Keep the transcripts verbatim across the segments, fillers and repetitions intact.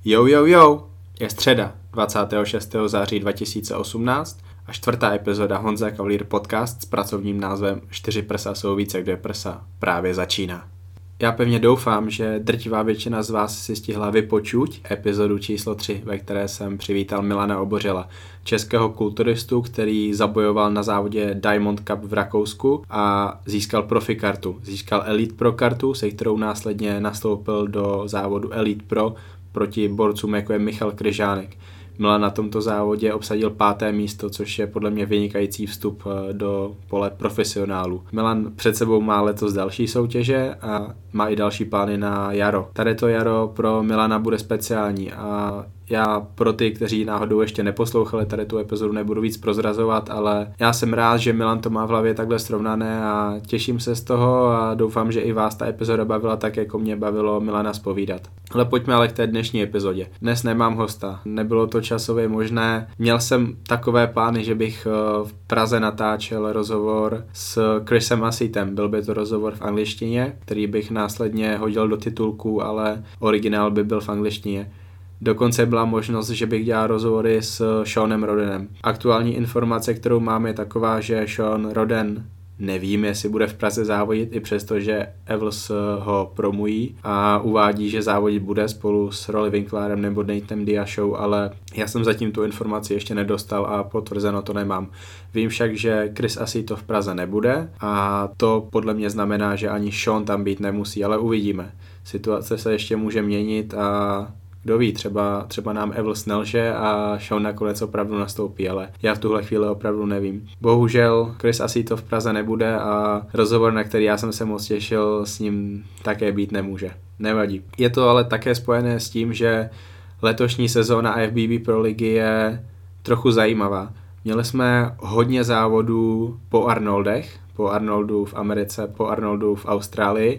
Jo, jo, jo, je středa, dvacátého šestého září dva tisíce osmnáct a čtvrtá epizoda Honza Cavalier podcast s pracovním názvem Čtyři prsa jsou více, kde prsa právě začíná. Já pevně doufám, že drtivá většina z vás si stihla vypočuť epizodu číslo tři, ve které jsem přivítal Milana Obořela, českého kulturistu, který zabojoval na závodě Diamond Cup v Rakousku a získal profi kartu. Získal Elite Pro kartu, se kterou následně nastoupil do závodu Elite Pro proti borcům, jako je Michal Kryžánek. Milan na tomto závodě obsadil páté místo, což je podle mě vynikající vstup do pole profesionálů. Milan před sebou má letos další soutěže a má i další plány na jaro. Tady to jaro pro Milana bude speciální a já pro ty, kteří náhodou ještě neposlouchali tady tu epizodu, nebudu víc prozrazovat, ale já jsem rád, že Milan to má v hlavě takhle srovnané a těším se z toho a doufám, že i vás ta epizoda bavila tak, jako mě bavilo Milana zpovídat. Ale pojďme ale k té dnešní epizodě. Dnes nemám hosta, nebylo to časově možné. Měl jsem takové plány, že bych v Praze natáčel rozhovor s Chrisem Asitem. Byl by to rozhovor v angličtině, který bych následně hodil do titulku, ale originál by byl v angličtině. Dokonce byla možnost, že bych dělal rozhovory s Seanem Rodenem. Aktuální informace, kterou mám, je taková, že Sean Roden nevím, jestli bude v Praze závodit, i přesto, že Evels ho promují a uvádí, že závodit bude spolu s Rolly Winklerem nebo Nathanem Diashou, ale já jsem zatím tu informaci ještě nedostal a potvrzeno to nemám. Vím však, že Chris asi to v Praze nebude a to podle mě znamená, že ani Sean tam být nemusí, ale uvidíme. Situace se ještě může měnit a kdo ví, třeba, třeba nám Evels nelže a Sean nakonec opravdu nastoupí, ale já v tuhle chvíli opravdu nevím. Bohužel Chris asi to v Praze nebude a rozhovor, na který já jsem se moc těšil, s ním také být nemůže. Nevadí. Je to ale také spojené s tím, že letošní sezóna F B B Pro ligy je trochu zajímavá. Měli jsme hodně závodů po Arnoldech, po Arnoldu v Americe, po Arnoldu v Austrálii,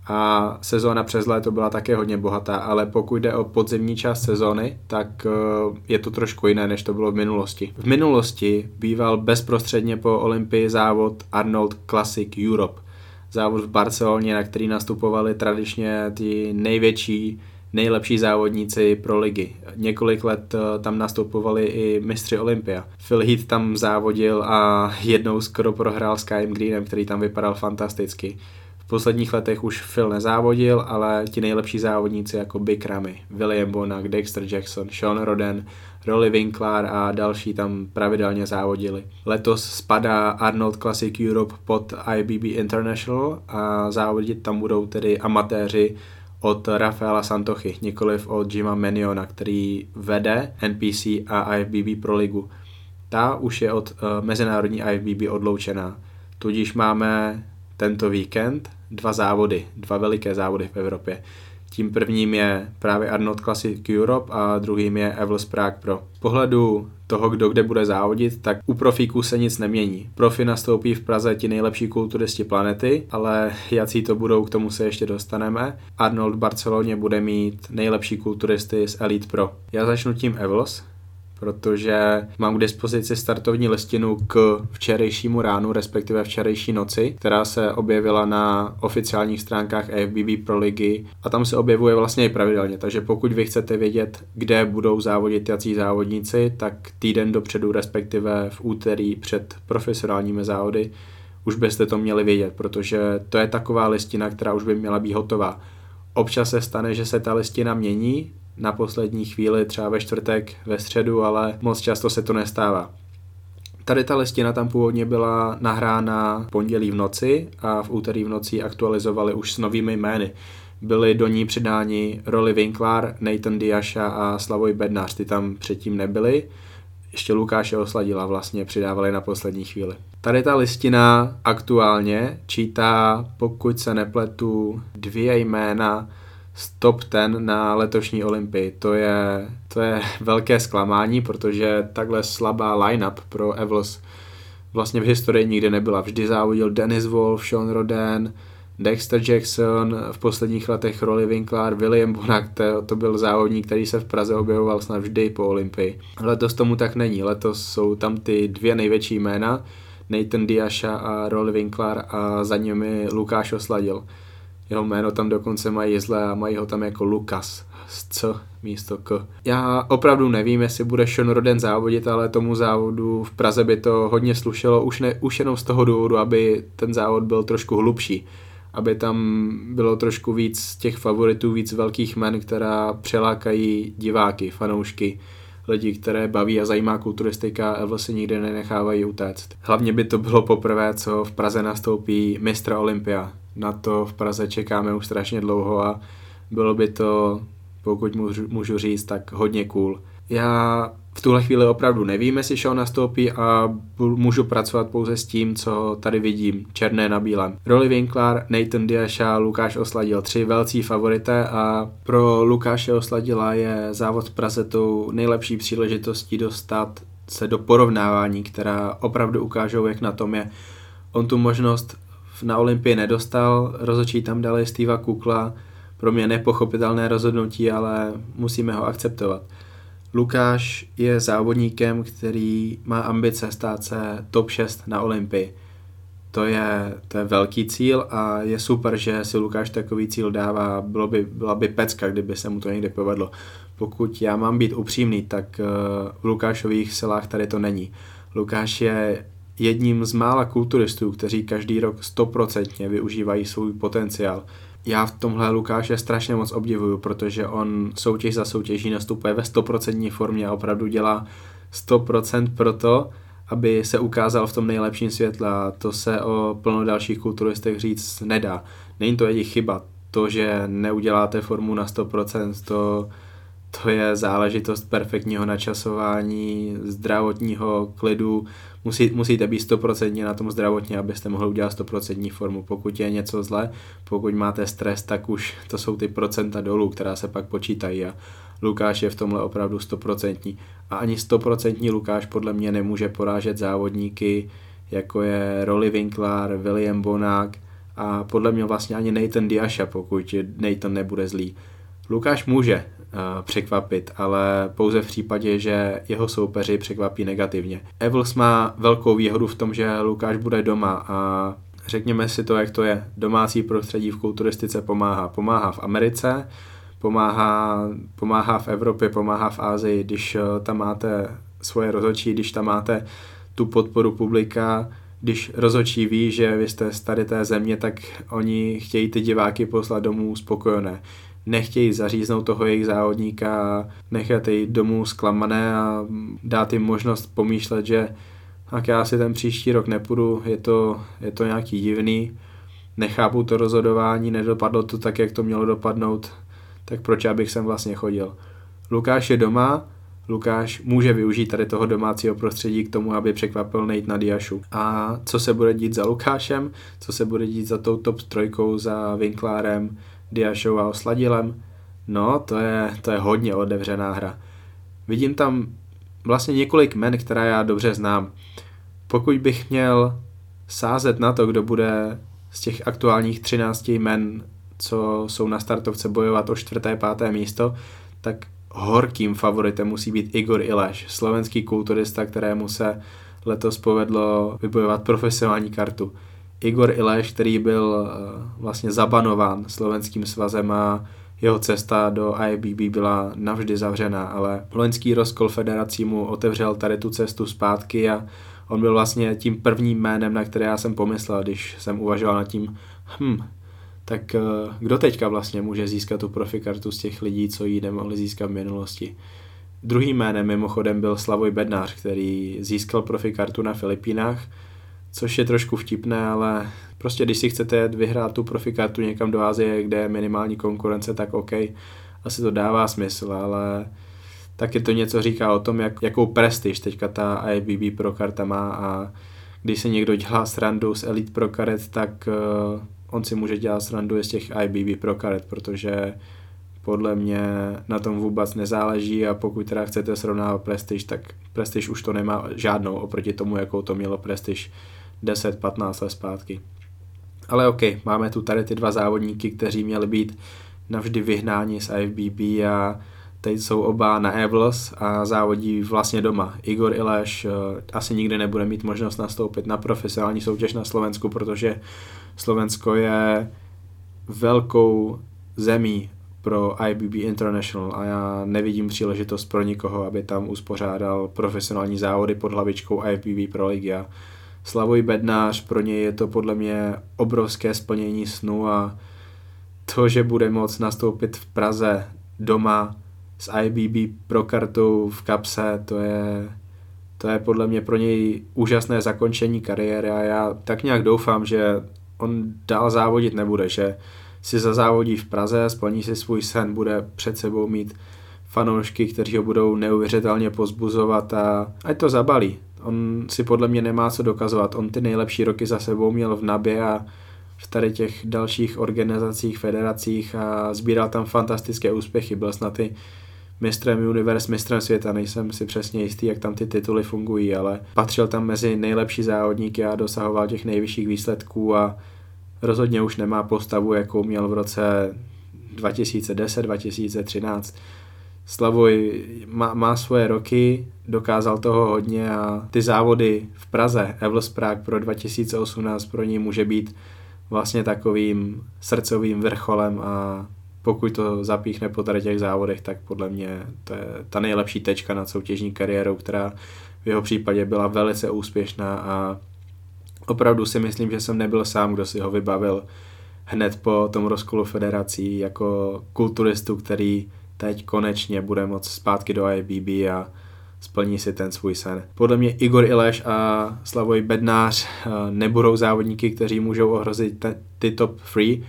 a sezóna přes léto byla také hodně bohatá, ale pokud jde o podzimní část sezóny, tak je to trošku jiné, než to bylo v minulosti. V minulosti býval bezprostředně po Olympii závod Arnold Classic Europe. Závod v Barceloně, na který nastupovali tradičně ty největší, nejlepší závodníci pro ligy. Několik let tam nastupovali i mistři Olympia. Phil Heath tam závodil a jednou skoro prohrál s Kayem Greenem, který tam vypadal fantasticky. V posledních letech už Phil nezávodil, ale ti nejlepší závodníci jako Big Ramy, William Bonac, Dexter Jackson, Sean Roden, Rolly Winkler a další tam pravidelně závodili. Letos spadá Arnold Classic Europe pod I B B International a závodit tam budou tedy amatéři od Rafaela Santochy, nikoliv od Jima Meniona, který vede N P C a I F B B Pro ligu. Ta už je od uh, mezinárodní I F B B odloučená, tudíž máme tento víkend dva závody, dva veliké závody v Evropě. Tím prvním je právě Arnold Classic Europe a druhým je Evels Prague Pro. Z pohledu toho, kdo kde bude závodit, tak u profíků se nic nemění. Profi nastoupí v Praze ti nejlepší kulturisti planety, ale jací to budou, k tomu se ještě dostaneme. Arnold v Barceloně bude mít nejlepší kulturisty z Elite Pro. Já začnu tím Evels, protože mám k dispozici startovní listinu k včerejšímu ránu, respektive včerejší noci, která se objevila na oficiálních stránkách F B B Pro ligy a tam se objevuje vlastně i pravidelně, takže pokud vy chcete vědět, kde budou závodit jací závodníci, tak týden dopředu, respektive v úterý před profesionálními závody, už byste to měli vědět, protože to je taková listina, která už by měla být hotová. Občas se stane, že se ta listina mění na poslední chvíli, třeba ve čtvrtek, ve středu, ale moc často se to nestává. Tady ta listina tam původně byla nahrána pondělí v noci a v úterý v noci aktualizovali už s novými jmény. Byli do ní přidáni Rolly Winkler, Nathan Diasha a Slavoj Bednář, ty tam předtím nebyli. Ještě Lukáše Osladila vlastně přidávali na poslední chvíli. Tady ta listina aktuálně čítá, pokud se nepletu, dvě jména z top deset na letošní Olympii. To je, to je velké zklamání, protože takhle slabá line-up pro Evels vlastně v historii nikdy nebyla. Vždy závodil Dennis Wolf, Sean Roden, Dexter Jackson, v posledních letech Rolly Winkler, William Bonac, to, to byl závodník, který se v Praze objevoval snad vždy po Olympii. Letos tomu tak není. Letos jsou tam ty dvě největší jména, Nathan Diasha a Rolly Winkler a za nimi Lukáš Osladil. Jeho jméno tam dokonce mají zle a mají ho tam jako Lukas s C místo K. Já opravdu nevím, jestli bude Sean Roden závodit, ale tomu závodu v Praze by to hodně slušelo, už, ne, už jenom z toho důvodu, aby ten závod byl trošku hlubší, aby tam bylo trošku víc těch favoritů, víc velkých men, která přelákají diváky, fanoušky, lidi, které baví a zajímá kulturistika a vlastně nikdy nenechávají utéct. Hlavně by to bylo poprvé, co v Praze nastoupí mistr Olympia. Na to v Praze čekáme už strašně dlouho a bylo by to, pokud můžu, můžu říct, tak hodně cool. Já v tuhle chvíli opravdu nevím, jestli Sean nastoupí a můžu pracovat pouze s tím, co tady vidím, černé na bílém. Rolly Winkler, Nathan Diaz a Lukáš Osladil, tři velcí favorité a pro Lukáše Osladila je závod v Praze tou nejlepší příležitostí dostat se do porovnávání, která opravdu ukážou, jak na tom je. On tu možnost na Olympii nedostal, rozhodčí tam dali Steva Kukla, pro mě nepochopitelné rozhodnutí, ale musíme ho akceptovat. Lukáš je závodníkem, který má ambice stát se top šest na Olympii. To je, to je velký cíl a je super, že si Lukáš takový cíl dává. Bylo by, byla by pecka, kdyby se mu to někdy povedlo. Pokud já mám být upřímný, tak v Lukášových silách tady to není. Lukáš je jedním z mála kulturistů, kteří každý rok stoprocentně využívají svůj potenciál. Já v tomhle Lukáše strašně moc obdivuju, protože on soutěž za soutěží nastupuje ve stoprocentní formě a opravdu dělá sto procent pro to, aby se ukázal v tom nejlepším světle a to se o plno dalších kulturistech říct nedá. Není to jejich chyba. To, že neuděláte formu na sto procent, to, to je záležitost perfektního načasování, zdravotního klidu. Musí, musíte být sto procent na tom zdravotně, abyste mohli udělat sto procent formu. Pokud je něco zle, pokud máte stres, tak už to jsou ty procenta dolů, která se pak počítají a Lukáš je v tomhle opravdu sto procent. A ani sto procent Lukáš podle mě nemůže porážet závodníky, jako je Rolly Winkler, William Bonák a podle mě vlastně ani Nathan Diaz, pokud Nathan nebude zlý. Lukáš může uh, překvapit, ale pouze v případě, že jeho soupeři překvapí negativně. Evels má velkou výhodu v tom, že Lukáš bude doma a řekněme si to, jak to je. Domácí prostředí v kulturistice pomáhá. Pomáhá v Americe, pomáhá, pomáhá v Evropě, pomáhá v Asii, když uh, tam máte svoje rozhodčí, když tam máte tu podporu publika, když rozhodčí ví, že vy jste z tady té země, tak oni chtějí ty diváky poslat domů spokojené. Nechtějí zaříznout toho jejich závodníka a nechat jej domů zklamané a dát jim možnost pomýšlet, že tak já si ten příští rok nepůjdu, je to, je to nějaký divný, nechápu to rozhodování, nedopadlo to tak, jak to mělo dopadnout, tak proč já bych sem vlastně chodil. Lukáš je doma, Lukáš může využít tady toho domácího prostředí k tomu, aby překvapil Nathana Diazu. A co se bude dít za Lukášem, co se bude dít za tou top trojkou, za Winklerem, Diazou a Osladilem? No, to je, to je hodně otevřená hra. Vidím tam vlastně několik men, která já dobře znám. Pokud bych měl sázet na to, kdo bude z těch aktuálních třinácti jmen, co jsou na startovce bojovat o čtvrté, páté místo, tak horkým favoritem musí být Igor Ileš, slovenský kulturista, kterému se letos povedlo vybojovat profesionální kartu. Igor Ileš, který byl vlastně zabanován slovenským svazem a jeho cesta do I B B byla navždy zavřená, ale loňský rozkol federací mu otevřel tady tu cestu zpátky a on byl vlastně tím prvním jménem, na které já jsem pomyslel, když jsem uvažoval nad tím, hm, tak kdo teďka vlastně může získat tu profikartu z těch lidí, co ji nemohli získat v minulosti. Druhým jménem mimochodem byl Slavoj Bednář, který získal profikartu na Filipínách, což je trošku vtipné, ale prostě když si chcete vyhrát tu profikartu někam do Asie, kde je minimální konkurence, tak OK, asi to dává smysl, ale taky to něco říká o tom, jak, jakou prestiž teďka ta I B B Pro karta má a když si někdo dělá srandu z Elite Pro karet, tak uh, on si může dělat srandu z těch I B B Pro karet, protože podle mě na tom vůbec nezáleží a pokud teda chcete srovnávat prestiž, tak prestiž už to nemá žádnou oproti tomu, jakou to mělo prestiž deset patnáct let zpátky. Ale OK, máme tu tady ty dva závodníky, kteří měli být navždy vyhnáni z I B B a teď jsou oba na Evels a závodí vlastně doma. Igor Ileš uh, asi nikdy nebude mít možnost nastoupit na profesionální soutěž na Slovensku, protože Slovensko je velkou zemí pro I B B International a já nevidím příležitost pro nikoho, aby tam uspořádal profesionální závody pod hlavičkou I F B B Pro League. Slavoj Bednář, pro něj je to podle mě obrovské splnění snu a to, že bude moct nastoupit v Praze doma s I B B Pro kartou v kapse, to je, to je podle mě pro něj úžasné zakončení kariéry a já tak nějak doufám, že on dál závodit nebude, že si zazávodí v Praze, splní si svůj sen, bude před sebou mít fanoušky, kteří ho budou neuvěřitelně pozbuzovat a ať to zabalí. On si podle mě nemá co dokazovat. On ty nejlepší roky za sebou měl v Nabě a v tady těch dalších organizacích, federacích a sbíral tam fantastické úspěchy. Byl snad i mistrem univerz, mistrem světa, nejsem si přesně jistý, jak tam ty tituly fungují, ale patřil tam mezi nejlepší závodníky a dosahoval těch nejvyšších výsledků a rozhodně už nemá postavu, jakou měl v roce dva tisíce deset dva tisíce třináct. Slavoj má, má svoje roky, dokázal toho hodně a ty závody v Praze, Evels Prague pro dva tisíce osmnáct pro ní může být vlastně takovým srdcovým vrcholem a pokud to zapíchne po tady těch závodech, tak podle mě to je ta nejlepší tečka nad soutěžní kariérou, která v jeho případě byla velice úspěšná a opravdu si myslím, že jsem nebyl sám, kdo si ho vybavil hned po tom rozkolu federací jako kulturistu, který teď konečně bude moct zpátky do I B B a splní si ten svůj sen. Podle mě Igor Ileš a Slavoj Bednář nebudou závodníky, kteří můžou ohrozit ty top tři,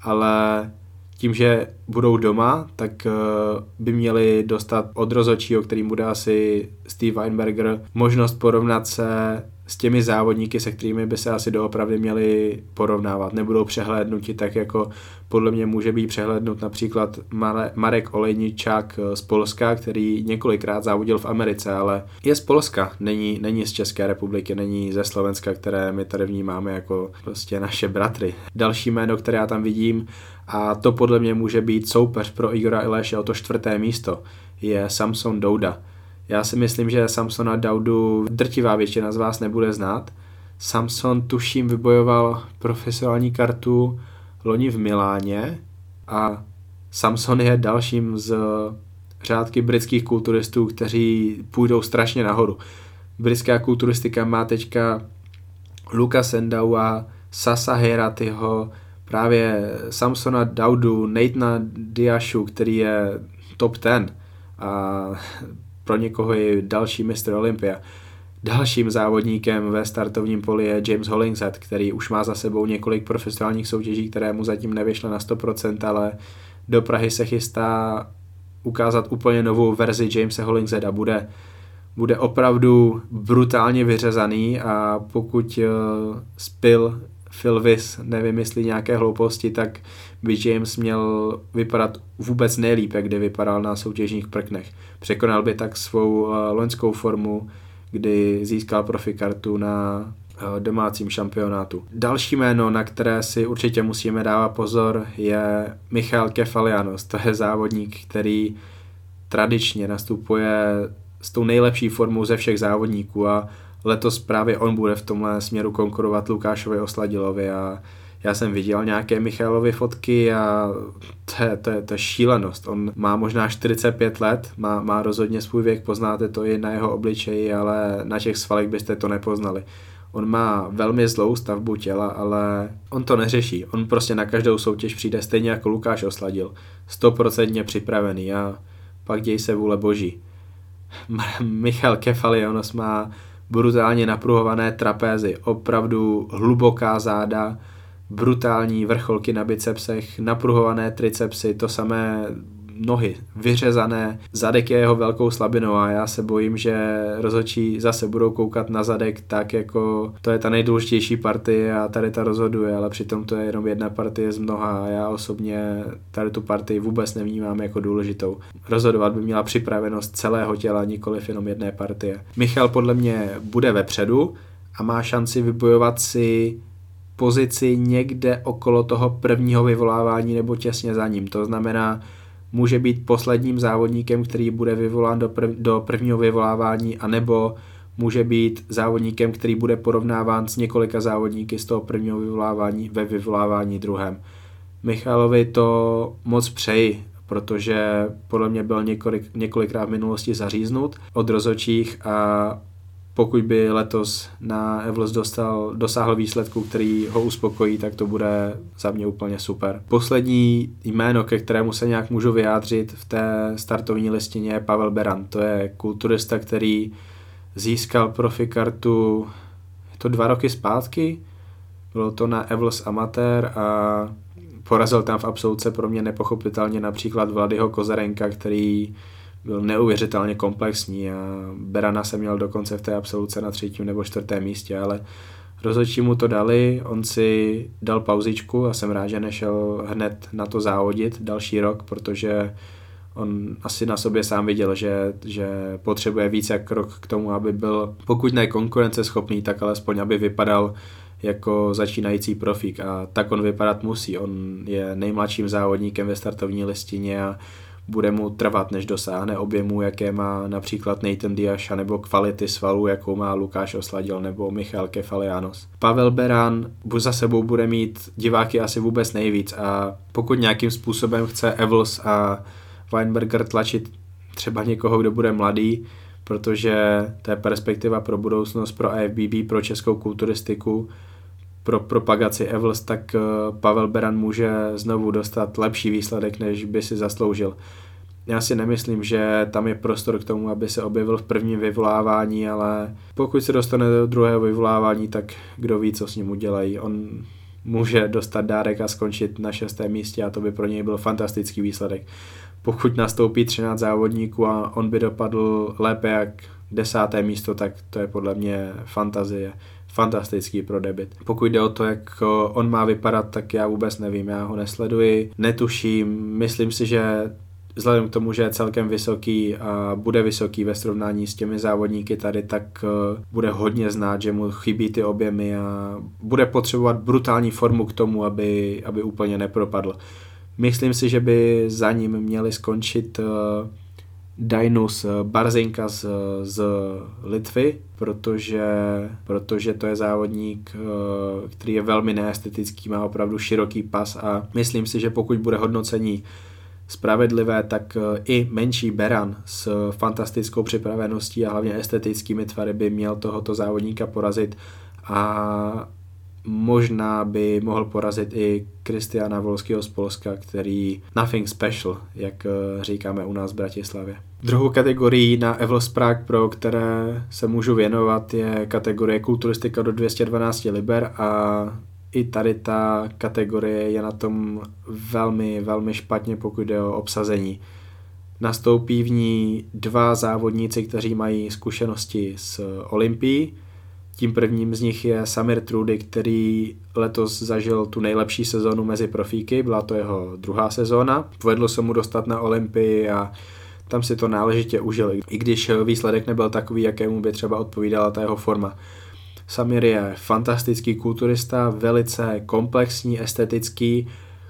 ale tím, že budou doma, tak by měli dostat od rozhodčího, kterým bude asi Steve Weinberger, možnost porovnat se s těmi závodníky, se kterými by se asi doopravdy měli porovnávat. Nebudou přehlédnuti tak, jako podle mě může být přehlédnut například Marek Olejničák z Polska, který několikrát závodil v Americe, ale je z Polska, není, není z České republiky, není ze Slovenska, které my tady vnímáme jako prostě naše bratry. Další jméno, které já tam vidím, a to podle mě může být soupeř pro Igora Ileše o to čtvrté místo, je Samson Douda. Já si myslím, že Samsona Daudu drtivá většina z vás nebude znát. Samson tuším vybojoval profesionální kartu loni v Miláně a Samson je dalším z řádky britských kulturistů, kteří půjdou strašně nahoru. Britská kulturistika má teďka Luka Sendaua, Sasa Heratyho, právě Samsona Daudu, Nathana Diashu, který je top deset a pro někoho je další mistr Olympia. Dalším závodníkem ve startovním poli je James Hollingshead, který už má za sebou několik profesionálních soutěží, které mu zatím nevyšly na sto procent, ale do Prahy se chystá ukázat úplně novou verzi Jamesa Hollingsheada. Bude, bude opravdu brutálně vyřezaný a pokud uh, Spil Phil Viss nevymyslí nějaké hlouposti, tak by James měl vypadat vůbec nejlíp, jak kdy vypadal na soutěžních prknech. Překonal by tak svou uh, loňskou formu, kdy získal profikartu na uh, domácím šampionátu. Další jméno, na které si určitě musíme dávat pozor, je Michal Kefalianos. To je závodník, který tradičně nastupuje s tou nejlepší formou ze všech závodníků a letos právě on bude v tomhle směru konkurovat Lukášovi Osladilovi a já jsem viděl nějaké Michalovy fotky a to je, to je, to je šílenost. On má možná čtyřicet pět let, má, má rozhodně svůj věk, poznáte to i na jeho obličeji, ale na těch svalech byste to nepoznali. On má velmi zlou stavbu těla, ale on to neřeší. On prostě na každou soutěž přijde stejně jako Lukáš Osladil. Stoprocentně připravený a pak děj se vůle boží. Michal Kefalianos má brutálně napruhované trapézy, opravdu hluboká záda, brutální vrcholky na bicepsech, napruhované tricepsy, to samé nohy, vyřezané. Zadek je jeho velkou slabinou a já se bojím, že rozhodčí zase budou koukat na zadek tak, jako to je ta nejdůležitější partie a tady ta rozhoduje, ale přitom to je jenom jedna partie z mnoha a já osobně tady tu partii vůbec nevnímám jako důležitou. Rozhodovat by měla připravenost celého těla, nikoliv jenom jedné partie. Michal podle mě bude vepředu a má šanci vybojovat si pozici někde okolo toho prvního vyvolávání nebo těsně za ním. To znamená, může být posledním závodníkem, který bude vyvolán do, prv, do prvního vyvolávání, anebo může být závodníkem, který bude porovnáván s několika závodníky z toho prvního vyvolávání ve vyvolávání druhém. Michalovi to moc přeji, protože podle mě byl několik, několikrát v minulosti zaříznut od rozhodčích a pokud by letos na Evlos dostal, dosáhl výsledku, který ho uspokojí, tak to bude za mě úplně super. Poslední jméno, ke kterému se nějak můžu vyjádřit v té startovní listině, je Pavel Beran. To je kulturista, který získal profikartu, je to dva roky zpátky, bylo to na Evlos Amatér a porazil tam v absolutce pro mě nepochopitelně například Vladyho Kozarenka, který byl neuvěřitelně komplexní a Berana se měl dokonce v té absolutce na třetím nebo čtvrtém místě, ale rozhodčí mu to dali, on si dal pauzičku a jsem rád, že nešel hned na to závodit další rok, protože on asi na sobě sám viděl, že, že potřebuje více jak rok k tomu, aby byl, pokud ne konkurenceschopný, tak alespoň aby vypadal jako začínající profík a tak on vypadat musí. On je nejmladším závodníkem ve startovní listině a bude mu trvat, než dosáhne objemu, jaké má například Nathan Diaz, nebo kvality svalů, jakou má Lukáš Osladil nebo Michal Kefalianos. Pavel Beran za sebou bude mít diváky asi vůbec nejvíc a pokud nějakým způsobem chce Evlos a Weinberger tlačit třeba někoho, kdo bude mladý, protože to je perspektiva pro budoucnost, pro I F B B, pro českou kulturistiku, pro propagaci Evlos, tak Pavel Beran může znovu dostat lepší výsledek, než by si zasloužil. Já si nemyslím, že tam je prostor k tomu, aby se objevil v prvním vyvolávání, ale pokud se dostane do druhého vyvolávání, tak kdo ví, co s ním udělají. On může dostat dárek a skončit na šestém místě a to by pro něj byl fantastický výsledek. Pokud nastoupí třináct závodníků a on by dopadl lépe jak desáté místo, tak to je podle mě fantazie. Fantastický pro debut. Pokud jde o to, jak on má vypadat, tak já vůbec nevím, já ho nesleduji, netuším, myslím si, že vzhledem k tomu, že je celkem vysoký a bude vysoký ve srovnání s těmi závodníky tady, tak bude hodně znát, že mu chybí ty objemy a bude potřebovat brutální formu k tomu, aby, aby úplně nepropadl. Myslím si, že by za ním měli skončit Dainus Barzinka z, z Litvy, protože, protože to je závodník, který je velmi neestetický, má opravdu široký pas a myslím si, že pokud bude hodnocení spravedlivé, tak i menší Beran s fantastickou připraveností a hlavně estetickými tvary by měl tohoto závodníka porazit a možná by mohl porazit i Kristiana Volského z Polska, který nothing special, jak říkáme u nás v Bratislavě. Druhou kategorií na Evlos Prague Pro, které se můžu věnovat, je kategorie kulturistika do dvě stě dvanáct liber a i tady ta kategorie je na tom velmi, velmi špatně, pokud jde o obsazení. Nastoupí v ní dva závodníci, kteří mají zkušenosti s olympií. Tím prvním z nich je Samir Trudy, který letos zažil tu nejlepší sezónu mezi profíky, byla to jeho druhá sezóna. Povedlo se mu dostat na Olympii a tam si to náležitě užil, i když výsledek nebyl takový, jakému by třeba odpovídala ta jeho forma. Samir je fantastický kulturista, velice komplexní, estetický,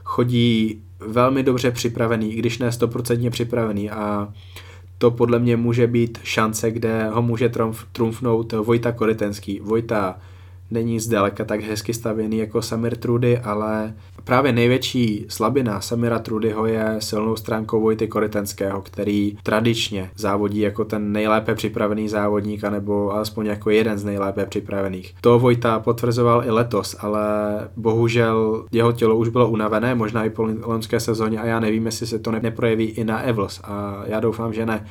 chodí velmi dobře připravený, i když ne stoprocentně připravený a to podle mě může být šance, kde ho může trumf, trumfnout Vojta Korytenský. Vojta není zdaleka tak hezky stavěný jako Samir Trudy, ale právě největší slabina Samira Trudyho je silnou stránkou Vojty Korytenského, který tradičně závodí jako ten nejlépe připravený závodník, anebo alespoň jako jeden z nejlépe připravených. To Vojta potvrzoval i letos, ale bohužel jeho tělo už bylo unavené, možná i po loňské sezóně a já nevím, jestli se to neprojeví i na Evlos a já doufám, že ne.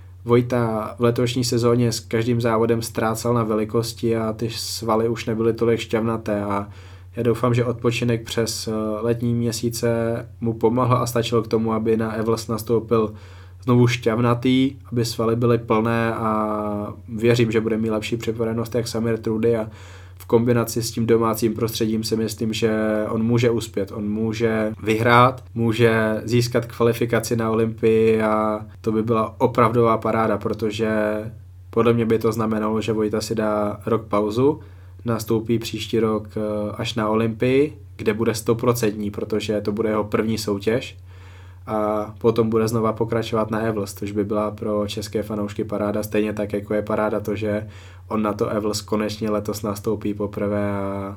Vojta v letošní sezóně s každým závodem ztrácal na velikosti a ty svaly už nebyly tolik šťavnaté a já doufám, že odpočinek přes letní měsíce mu pomohl a stačilo k tomu, aby na Evlos nastoupil znovu šťavnatý, aby svaly byly plné a věřím, že bude mít lepší připravenost jak Samir Trudy a v kombinaci s tím domácím prostředím si myslím, že on může uspět, on může vyhrát, může získat kvalifikaci na Olympii a to by byla opravdová paráda, protože podle mě by to znamenalo, že Vojta si dá rok pauzu, nastoupí příští rok až na Olympii, kde bude stoprocentní, protože to bude jeho první soutěž a potom bude znova pokračovat na Evlos, což by byla pro české fanoušky paráda, stejně tak jako je paráda to, že on na to Evlos konečně letos nastoupí poprvé a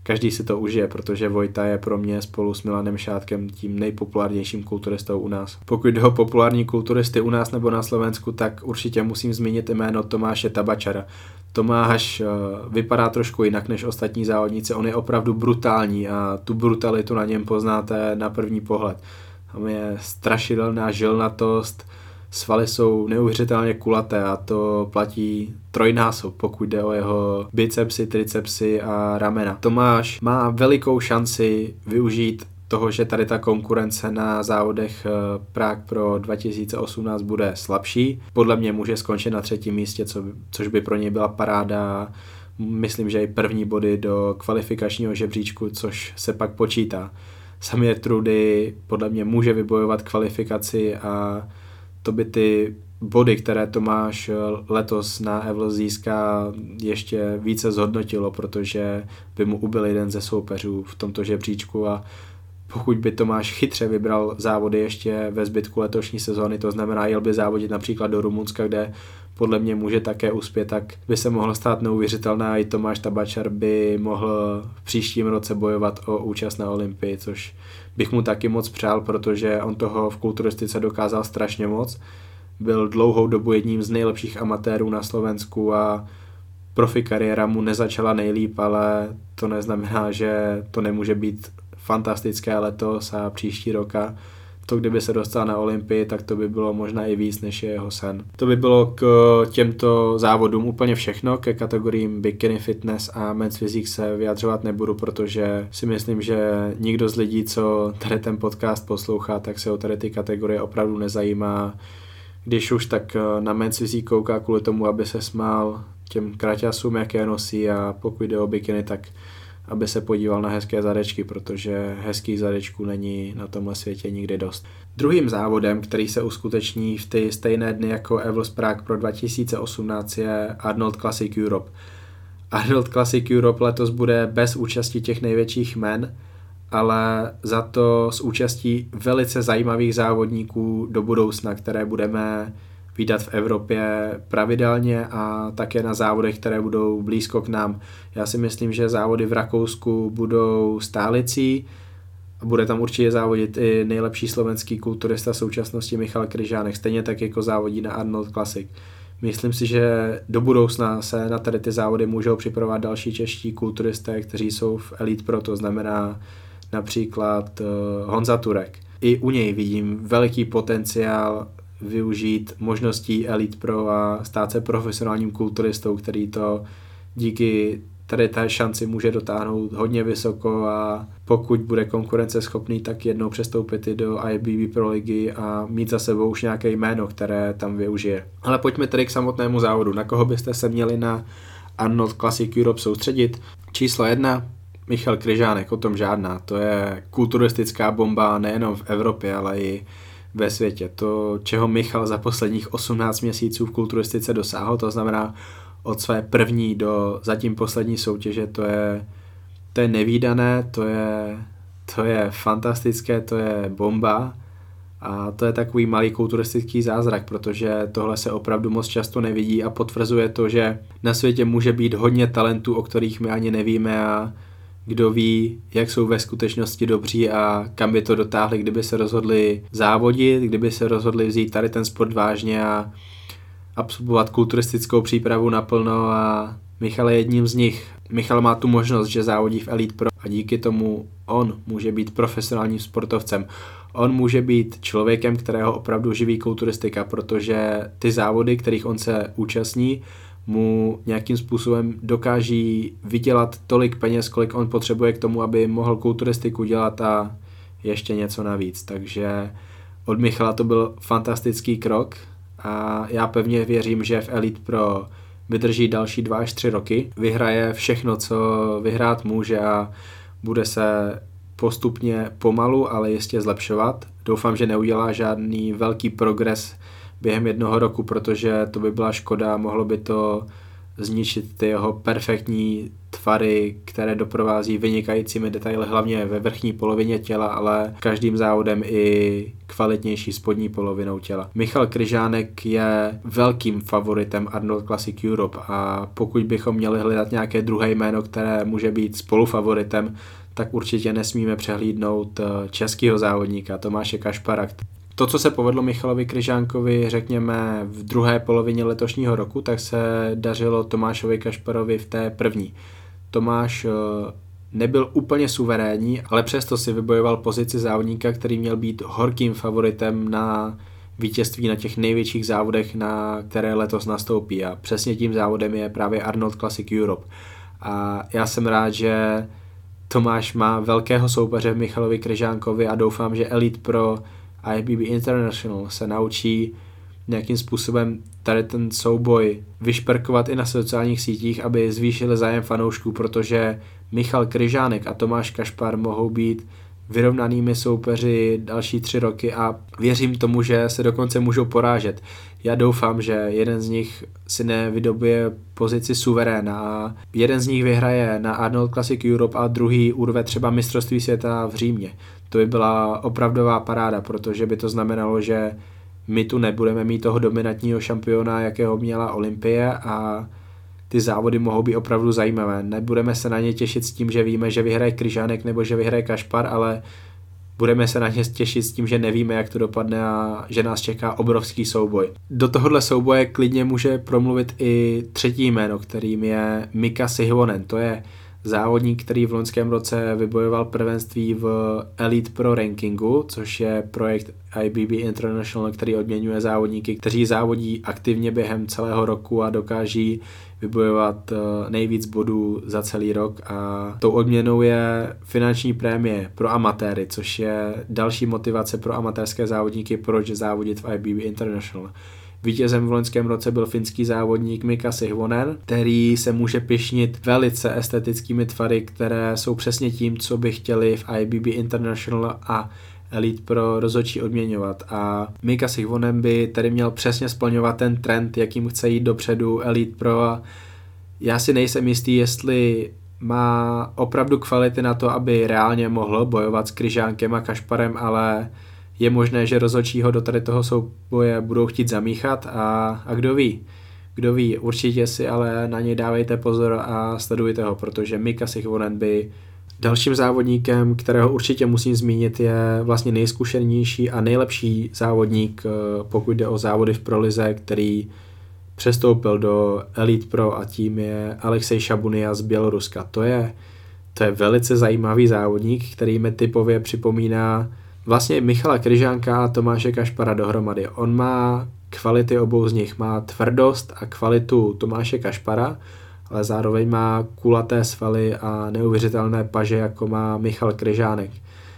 každý si to užije, protože Vojta je pro mě spolu s Milanem Šátkem tím nejpopulárnějším kulturistou u nás. Pokud jde o populární kulturisty u nás nebo na Slovensku, tak určitě musím zmínit jméno Tomáše Tabačara. Tomáš vypadá trošku jinak než ostatní závodníci, on je opravdu brutální a tu brutalitu na něm poznáte na první pohled. Tam je strašidelná žilnatost, svaly jsou neuvěřitelně kulaté a to platí trojnásob, pokud jde o jeho bicepsy, tricepsy a ramena. Tomáš má velikou šanci využít toho, že tady ta konkurence na závodech Prague Pro dva tisíce osmnáct bude slabší. Podle mě může skončit na třetím místě, co, což by pro něj byla paráda. Myslím, že i první body do kvalifikačního žebříčku, což se pak počítá. Samir Trudy podle mě může vybojovat kvalifikaci a to by ty body, které Tomáš letos na Evel získá, ještě více zhodnotilo, protože by mu ubyl jeden ze soupeřů v tomto žebříčku a pokud by Tomáš chytře vybral závody ještě ve zbytku letošní sezóny, to znamená, jel by závodit například do Rumunska, kde podle mě může také uspět, tak by se mohlo stát neuvěřitelné a i Tomáš Tabačar by mohl v příštím roce bojovat o účast na Olympii, což bych mu taky moc přál, protože on toho v kulturistice dokázal strašně moc. Byl dlouhou dobu jedním z nejlepších amatérů na Slovensku a profi kariéra mu nezačala nejlíp, ale to neznamená, že to nemůže být fantastické letos a příští rok a to, kdyby se dostal na Olympii, tak to by bylo možná i víc, než je jeho sen. To by bylo k těmto závodům úplně všechno, ke kategoriím Bikini Fitness a Men's Physique se vyjadřovat nebudu, protože si myslím, že nikdo z lidí, co tady ten podcast poslouchá, tak se o tady ty kategorie opravdu nezajímá. Když už, tak na Men's Physique kouká kvůli tomu, aby se smál těm kraťasům, jaké nosí a pokud jde o bikiny, tak aby se podíval na hezké zadečky, protože hezkých zadečků není na tomhle světě nikdy dost. Druhým závodem, který se uskuteční v ty stejné dny jako Evels Prague Pro dva tisíce osmnáct, je Arnold Classic Europe. Arnold Classic Europe letos bude bez účasti těch největších jmen, ale za to s účastí velice zajímavých závodníků do budoucna, které budeme vídat v Evropě pravidelně a také na závodech, které budou blízko k nám. Já si myslím, že závody v Rakousku budou stálicí a bude tam určitě závodit i nejlepší slovenský kulturista současnosti Michal Kryžánek, stejně tak jako závodí na Arnold Classic. Myslím si, že do budoucna se na tady ty závody můžou připravovat další čeští kulturisté, kteří jsou v Elite Pro, to znamená například Honza Turek. I u něj vidím veliký potenciál využít možností Elite Pro a stát se profesionálním kulturistou, který to díky tady té šanci může dotáhnout hodně vysoko a pokud bude konkurenceschopný, tak jednou přestoupit i do I B B Pro ligy a mít za sebou už nějaké jméno, které tam využije. Ale pojďme tedy k samotnému závodu. Na koho byste se měli na Arnold Classic Europe soustředit? Číslo jedna, Michal Kryžánek, o tom žádná. To je kulturistická bomba nejenom v Evropě, ale i ve světě. To, čeho Michal za posledních osmnáct měsíců v kulturistice dosáhl, to znamená od své první do zatím poslední soutěže, to je, to je nevídané, to je, to je fantastické, to je bomba a to je takový malý kulturistický zázrak, protože tohle se opravdu moc často nevidí a potvrzuje to, že na světě může být hodně talentů, o kterých my ani nevíme a kdo ví, jak jsou ve skutečnosti dobří a kam by to dotáhli, kdyby se rozhodli závodit, kdyby se rozhodli vzít tady ten sport vážně a absolvovat kulturistickou přípravu naplno a Michal je jedním z nich. Michal má tu možnost, že závodí v Elite Pro a díky tomu on může být profesionálním sportovcem. On může být člověkem, kterého opravdu živí kulturistika, protože ty závody, kterých on se účastní, mu nějakým způsobem dokáží vydělat tolik peněz, kolik on potřebuje k tomu, aby mohl kulturistiku dělat a ještě něco navíc. Takže od Michala to byl fantastický krok a já pevně věřím, že v Elite Pro vydrží další dva až tři roky. Vyhraje všechno, co vyhrát může a bude se postupně pomalu, ale jistě zlepšovat. Doufám, že neudělá žádný velký progres během jednoho roku, protože to by byla škoda, mohlo by to zničit ty jeho perfektní tvary, které doprovází vynikajícími detaily, hlavně ve vrchní polovině těla, ale každým závodem i kvalitnější spodní polovinou těla. Michal Kryžánek je velkým favoritem Arnold Classic Europe a pokud bychom měli hledat nějaké druhé jméno, které může být spolufavoritem, tak určitě nesmíme přehlídnout českého závodníka Tomáše Kašpara. To, co se povedlo Michalovi Kryžánkovi, řekněme, v druhé polovině letošního roku, tak se dařilo Tomášovi Kašparovi v té první. Tomáš nebyl úplně suverénní, ale přesto si vybojoval pozici závodníka, který měl být horkým favoritem na vítězství na těch největších závodech, na které letos nastoupí. A přesně tím závodem je právě Arnold Classic Europe. A já jsem rád, že Tomáš má velkého soupeře v Michalovi Kryžánkovi a doufám, že Elite Pro I B B International se naučí nějakým způsobem tady ten souboj vyšperkovat i na sociálních sítích, aby zvýšili zájem fanoušků, protože Michal Kryžánek a Tomáš Kašpar mohou být vyrovnanými soupeři další tři roky a věřím tomu, že se dokonce můžou porážet. Já doufám, že jeden z nich si nevydobuje pozici suveréna a jeden z nich vyhraje na Arnold Classic Europe a druhý urve třeba mistrovství světa v Římě. To by byla opravdová paráda, protože by to znamenalo, že my tu nebudeme mít toho dominantního šampiona, jakého měla Olympie a ty závody mohou být opravdu zajímavé. Nebudeme se na ně těšit s tím, že víme, že vyhraje Kryžánek nebo že vyhraje Kašpar, ale budeme se na ně těšit s tím, že nevíme, jak to dopadne a že nás čeká obrovský souboj. Do tohohle souboje klidně může promluvit i třetí jméno, kterým je Mika Sihvonen. To je závodník, který v loňském roce vybojoval prvenství v Elite Pro rankingu, což je projekt I B B International, který odměňuje závodníky, kteří závodí aktivně během celého roku a dokáží vybojovat nejvíc bodů za celý rok a tou odměnou je finanční prémie pro amatéry, což je další motivace pro amatérské závodníky, proč závodit v I B B International. Vítězem v loňském roce byl finský závodník Mika Sihvonen, který se může pyšnit velice estetickými tvary, které jsou přesně tím, co by chtěli v I B B International a Elite Pro rozhodčí odměňovat. A Mika Sihvonen by tedy měl přesně splňovat ten trend, jakým chce jít dopředu Elite Pro. A já si nejsem jistý, jestli má opravdu kvality na to, aby reálně mohl bojovat s Kryžánkem a Kašparem, ale je možné, že rozhodčí ho do tady toho souboje budou chtít zamíchat a, a kdo ví, kdo ví, určitě si ale na něj dávejte pozor a sledujte ho, protože Mika Sihvonen by dalším závodníkem, kterého určitě musím zmínit, je vlastně nejzkušenější a nejlepší závodník, pokud jde o závody v prolize, který přestoupil do Elite Pro a tím je Alexej Shabunia z Běloruska. To je, to je velice zajímavý závodník, který mi typově připomíná vlastně Michala Kryžánka a Tomáše Kašpara dohromady. On má kvality obou z nich, má tvrdost a kvalitu Tomáše Kašpara, ale zároveň má kulaté svaly a neuvěřitelné paže, jako má Michal Kryžánek.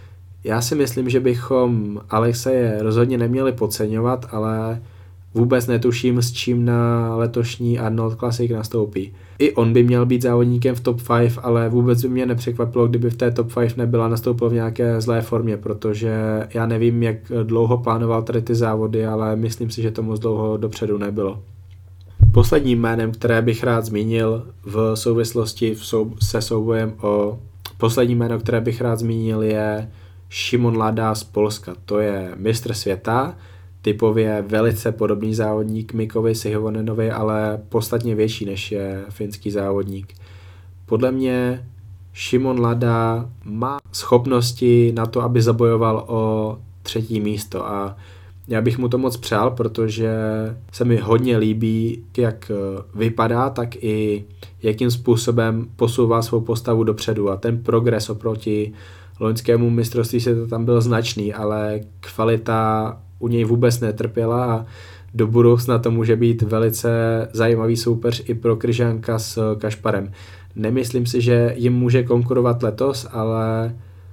Já si myslím, že bychom Alexeje rozhodně neměli podceňovat, ale vůbec netuším, s čím na letošní Arnold Classic nastoupí. I on by měl být závodníkem v top pět, ale vůbec by mě nepřekvapilo, kdyby v té top pět nebyla, nastoupil v nějaké zlé formě, protože já nevím, jak dlouho plánoval tady ty závody, ale myslím si, že to moc dlouho dopředu nebylo. Posledním jménem, které bych rád zmínil v souvislosti v sou, se soubojem o... Poslední jméno, které bych rád zmínil, je Šimon Lada z Polska. To je mistr světa, typově velice podobný závodník Mikovi Sihvonenovi, ale podstatně větší, než je finský závodník. Podle mě Šimon Lada má schopnosti na to, aby zabojoval o třetí místo a já bych mu to moc přál, protože se mi hodně líbí, jak vypadá, tak i jakým způsobem posouvá svou postavu dopředu a ten progres oproti loňskému mistrovství se to tam byl značný, ale kvalita u něj vůbec netrpěla a do budoucna to může být velice zajímavý soupeř i pro Kryžánka s Kašparem. Nemyslím si, že jim může konkurovat letos, ale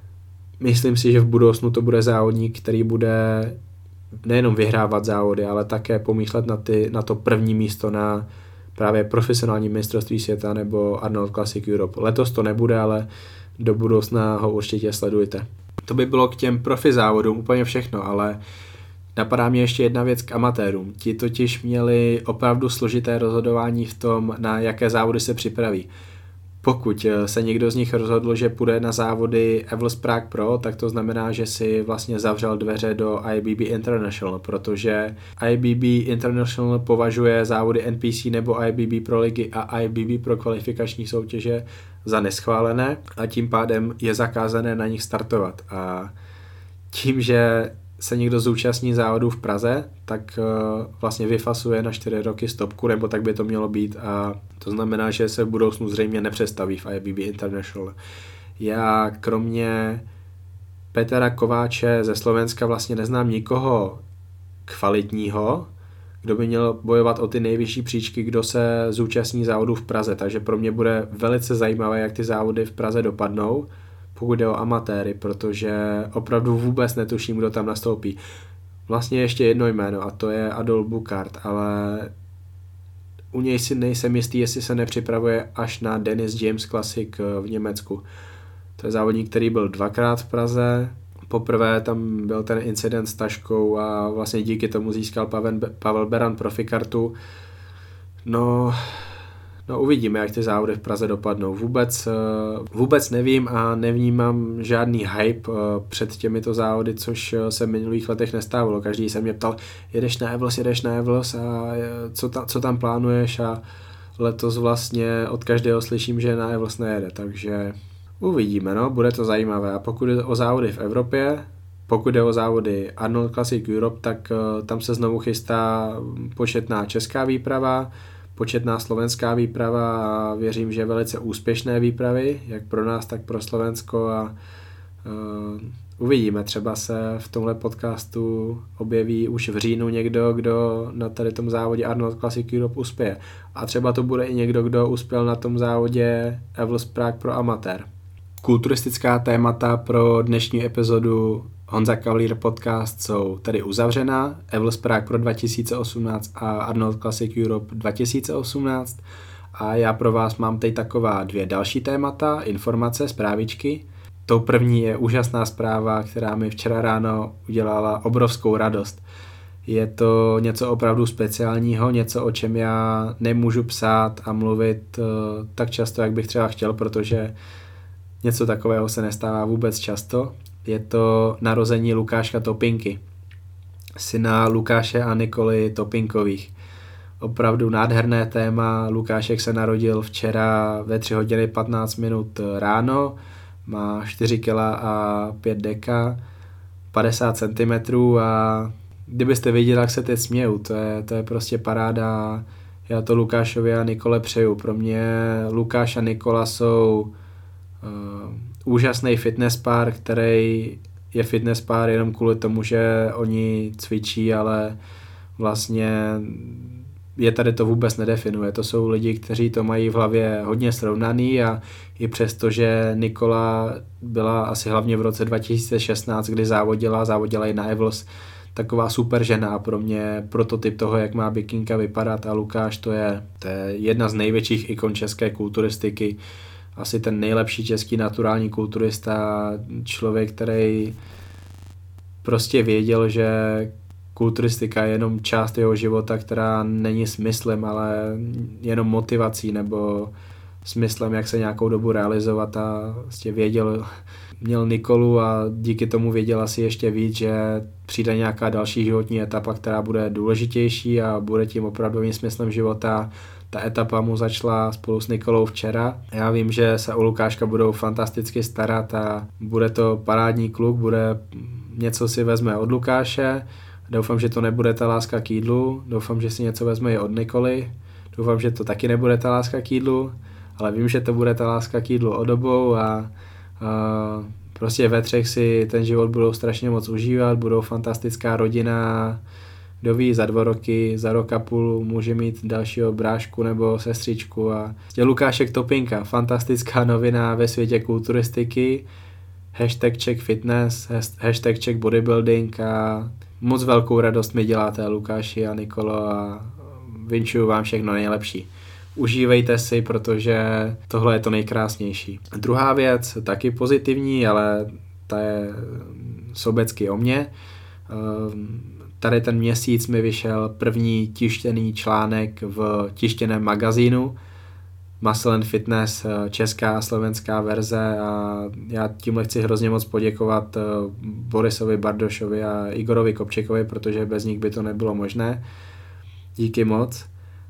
myslím si, že v budoucnu to bude závodník, který bude nejenom vyhrávat závody, ale také pomýšlet na, ty, na to první místo na právě profesionální mistrovství světa nebo Arnold Classic Europe. Letos to nebude, ale do budoucna ho určitě sledujte. To by bylo k těm profi závodům úplně všechno, ale napadá mě ještě jedna věc k amatérům. Ti totiž měli opravdu složité rozhodování v tom, na jaké závody se připraví. Pokud se někdo z nich rozhodl, že půjde na závody Evels Prague Pro, tak to znamená, že si vlastně zavřel dveře do I B B International, protože I B B International považuje závody N P C nebo I B B Pro ligy a I B B Pro kvalifikační soutěže za neschválené a tím pádem je zakázané na nich startovat. A tím, že se někdo zúčastní závodů v Praze, tak uh, vlastně vyfasuje na čtyři roky stopku, nebo tak by to mělo být a to znamená, že se v budoucnu zřejmě nepřestaví v I B B International. Já kromě Petra Kováče ze Slovenska vlastně neznám nikoho kvalitního, kdo by měl bojovat o ty nejvyšší příčky, kdo se zúčastní závodů v Praze, takže pro mě bude velice zajímavé, jak ty závody v Praze dopadnou, pokud jde o amatéry, protože opravdu vůbec netuším, kdo tam nastoupí. Vlastně ještě jedno jméno a to je Adolf Buchart, ale u něj si nejsem jistý, jestli se nepřipravuje až na Dennis James Classic v Německu. To je závodník, který byl dvakrát v Praze, poprvé tam byl ten incident s taškou a vlastně díky tomu získal Pavel, Pavel Beran profikartu. No... No uvidíme, jak ty závody v Praze dopadnou. Vůbec, vůbec nevím a nevnímám žádný hype před těmito závody, což se v minulých letech nestávalo. Každý se mě ptal, jedeš na Evels, jedeš na Evels a co, ta, co tam plánuješ a letos vlastně od každého slyším, že na Evels nejede, takže uvidíme, no, bude to zajímavé. A pokud jde o závody v Evropě, pokud jde o závody Arnold Classic Europe, tak tam se znovu chystá početná česká výprava, početná slovenská výprava a věřím, že velice úspěšné výpravy, jak pro nás, tak pro Slovensko a uh, uvidíme, třeba se v tomhle podcastu objeví už v říjnu někdo, kdo na tady tom závodě Arnold Classic Europe uspěje. A třeba to bude i někdo, kdo uspěl na tom závodě Evels Prague pro amatér. Kulturistická témata pro dnešní epizodu Honza Cavalier podcast jsou tedy uzavřená, Evels Prague Pro dva tisíce osmnáct a Arnold Classic Europe dva tisíce osmnáct a já pro vás mám teď taková dvě další témata, informace, zprávičky. Tou první je úžasná zpráva, která mi včera ráno udělala obrovskou radost. Je to něco opravdu speciálního, něco, o čem já nemůžu psát a mluvit tak často, jak bych třeba chtěl, protože něco takového se nestává vůbec často. Je to narození Lukáška Topinky, syna Lukáše a Nikoly Topinkových. Opravdu nádherné téma. Lukášek se narodil včera ve tři hodiny patnáct minut ráno, má čtyři kila a pět deka, padesát centimetrů a kdybyste viděli, jak se teď směju, to je, to je prostě paráda. Já to Lukášovi a Nikole přeju. Pro mě Lukáš a Nikola jsou uh, úžasný fitness pár, který je fitness pár jenom kvůli tomu, že oni cvičí, ale vlastně je tady to vůbec nedefinuje. To jsou lidi, kteří to mají v hlavě hodně srovnaný a i přesto, že Nikola byla asi hlavně v roce dva tisíce šestnáct, kdy závodila, závodila i na Evels, taková super žena a pro mě prototyp toho, jak má bikinka vypadat a Lukáš to je, to je jedna z největších ikon české kulturistiky, asi ten nejlepší český naturální kulturista, člověk, který prostě věděl, že kulturistika je jenom část jeho života, která není smyslem, ale jenom motivací nebo smyslem, jak se nějakou dobu realizovat a vlastně věděl, měl Nikolu a díky tomu věděl asi ještě víc, že přijde nějaká další životní etapa, která bude důležitější a bude tím opravdovým smyslem života. Ta etapa mu začala spolu s Nikolou včera. Já vím, že se o Lukáška budou fantasticky starat a bude to parádní kluk, bude něco si vezme od Lukáše. Doufám, že to nebude ta láska k jídlu, doufám, že si něco vezme i od Nikoly, doufám, že to taky nebude ta láska k jídlu, ale vím, že to bude ta láska k jídlu od obou a, a prostě ve třech si ten život budou strašně moc užívat, budou fantastická rodina, kdo ví, za dva roky, za rok a půl může mít dalšího brášku nebo sestřičku a Lukášek Topinka, fantastická novina ve světě kulturistiky, hashtag check fitness, hashtag check bodybuilding a moc velkou radost mi děláte, Lukáši a Nikolo, a vinčuju vám všechno nejlepší. Užívejte si, protože tohle je to nejkrásnější. Druhá věc, taky pozitivní, ale ta je sobecky o mně. Tady ten měsíc mi vyšel první tištěný článek v tištěném magazínu. Muscle and Fitness, česká a slovenská verze, a já tímhle chci hrozně moc poděkovat Borisovi Bardošovi a Igorovi Kopčekovi, protože bez nich by to nebylo možné. Díky moc.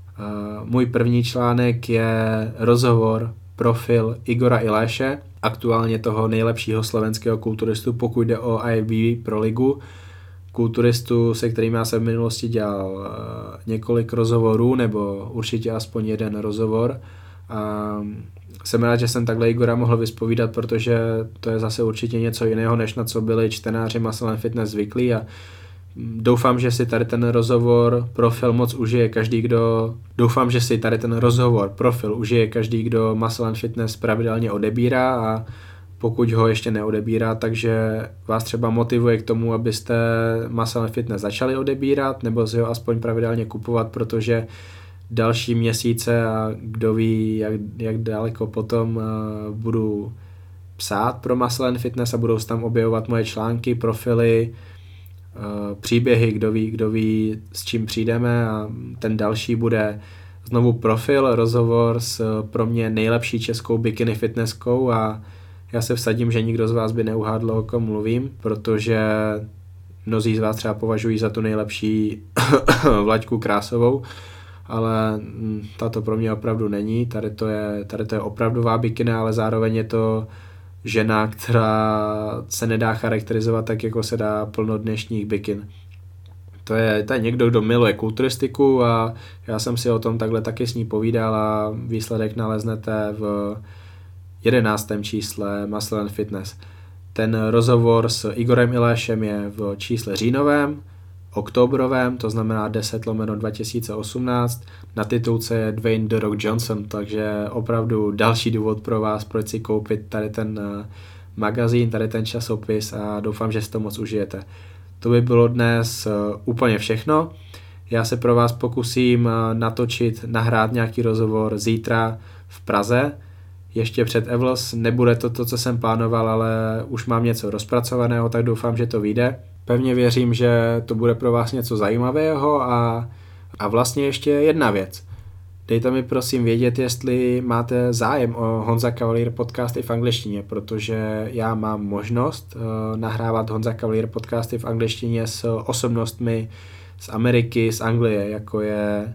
Můj první článek je rozhovor, profil Igora Iléše, aktuálně toho nejlepšího slovenského kulturistu, pokud jde o I F B Pro ligu. Kulturistu, se kterým já jsem v minulosti dělal několik rozhovorů, nebo určitě aspoň jeden rozhovor. A jsem rád, že jsem takhle Igora mohl vyspovídat, protože to je zase určitě něco jiného, než na co byli čtenáři Muscle and Fitness zvyklí, a doufám, že si tady ten rozhovor, profil moc užije každý, kdo doufám, že si tady ten rozhovor, profil užije každý, kdo Muscle and Fitness pravidelně odebírá, a pokud ho ještě neodebírá, takže vás třeba motivuje k tomu, abyste Muscle and Fitness začali odebírat, nebo si ho aspoň pravidelně kupovat, protože další měsíce a kdo ví, jak, jak daleko potom uh, budu psát pro Muscle and Fitness a budou se tam objevovat moje články, profily, uh, příběhy, kdo ví, kdo ví, s čím přijdeme, a ten další bude znovu profil, rozhovor s pro mě nejlepší českou bikini fitnesskou, a já se vsadím, že nikdo z vás by neuhádl, o kom mluvím, protože mnozí z vás třeba považují za tu nejlepší Vlaďku Krásovou, ale tato pro mě opravdu není. Tady to je, tady to je opravdová bikina, ale zároveň je to žena, která se nedá charakterizovat tak, jako se dá plno dnešních bikin. To je, to je někdo, kdo miluje kulturistiku, a já jsem si o tom takhle taky s ní povídal, a výsledek naleznete v jedenáctém čísle Muscle and Fitness. Ten rozhovor s Igorem Iléšem je v čísle říjnovém, oktobrovém, to znamená deset lomeno dva tisíce osmnáct. Na titulce je Dwayne The Rock Johnson, takže opravdu další důvod pro vás, proč si koupit tady ten magazín, tady ten časopis, a doufám, že si to moc užijete. To by bylo dnes úplně všechno. Já se pro vás pokusím natočit, nahrát nějaký rozhovor zítra v Praze. Ještě před Evlos, nebude to to, co jsem plánoval, ale už mám něco rozpracovaného, tak doufám, že to vyjde. Pevně věřím, že to bude pro vás něco zajímavého, a, a vlastně ještě jedna věc. Dejte mi prosím vědět, jestli máte zájem o Honza Cavalier podcasty v angličtině, protože já mám možnost uh, nahrávat Honza Cavalier podcasty v angličtině s osobnostmi z Ameriky, z Anglie, jako je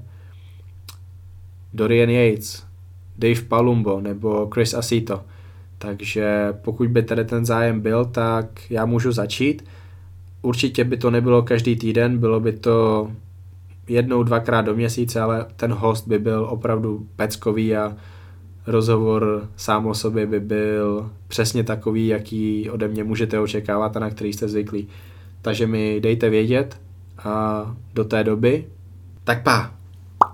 Dorian Yates, Dave Palumbo nebo Chris Asito. Takže pokud by tady ten zájem byl, tak já můžu začít. Určitě by to nebylo každý týden, bylo by to jednou, dvakrát do měsíce, ale ten host by byl opravdu peckový a rozhovor sám o sobě by byl přesně takový, jaký ode mě můžete očekávat a na který jste zvyklí. Takže mi dejte vědět, a do té doby tak pá!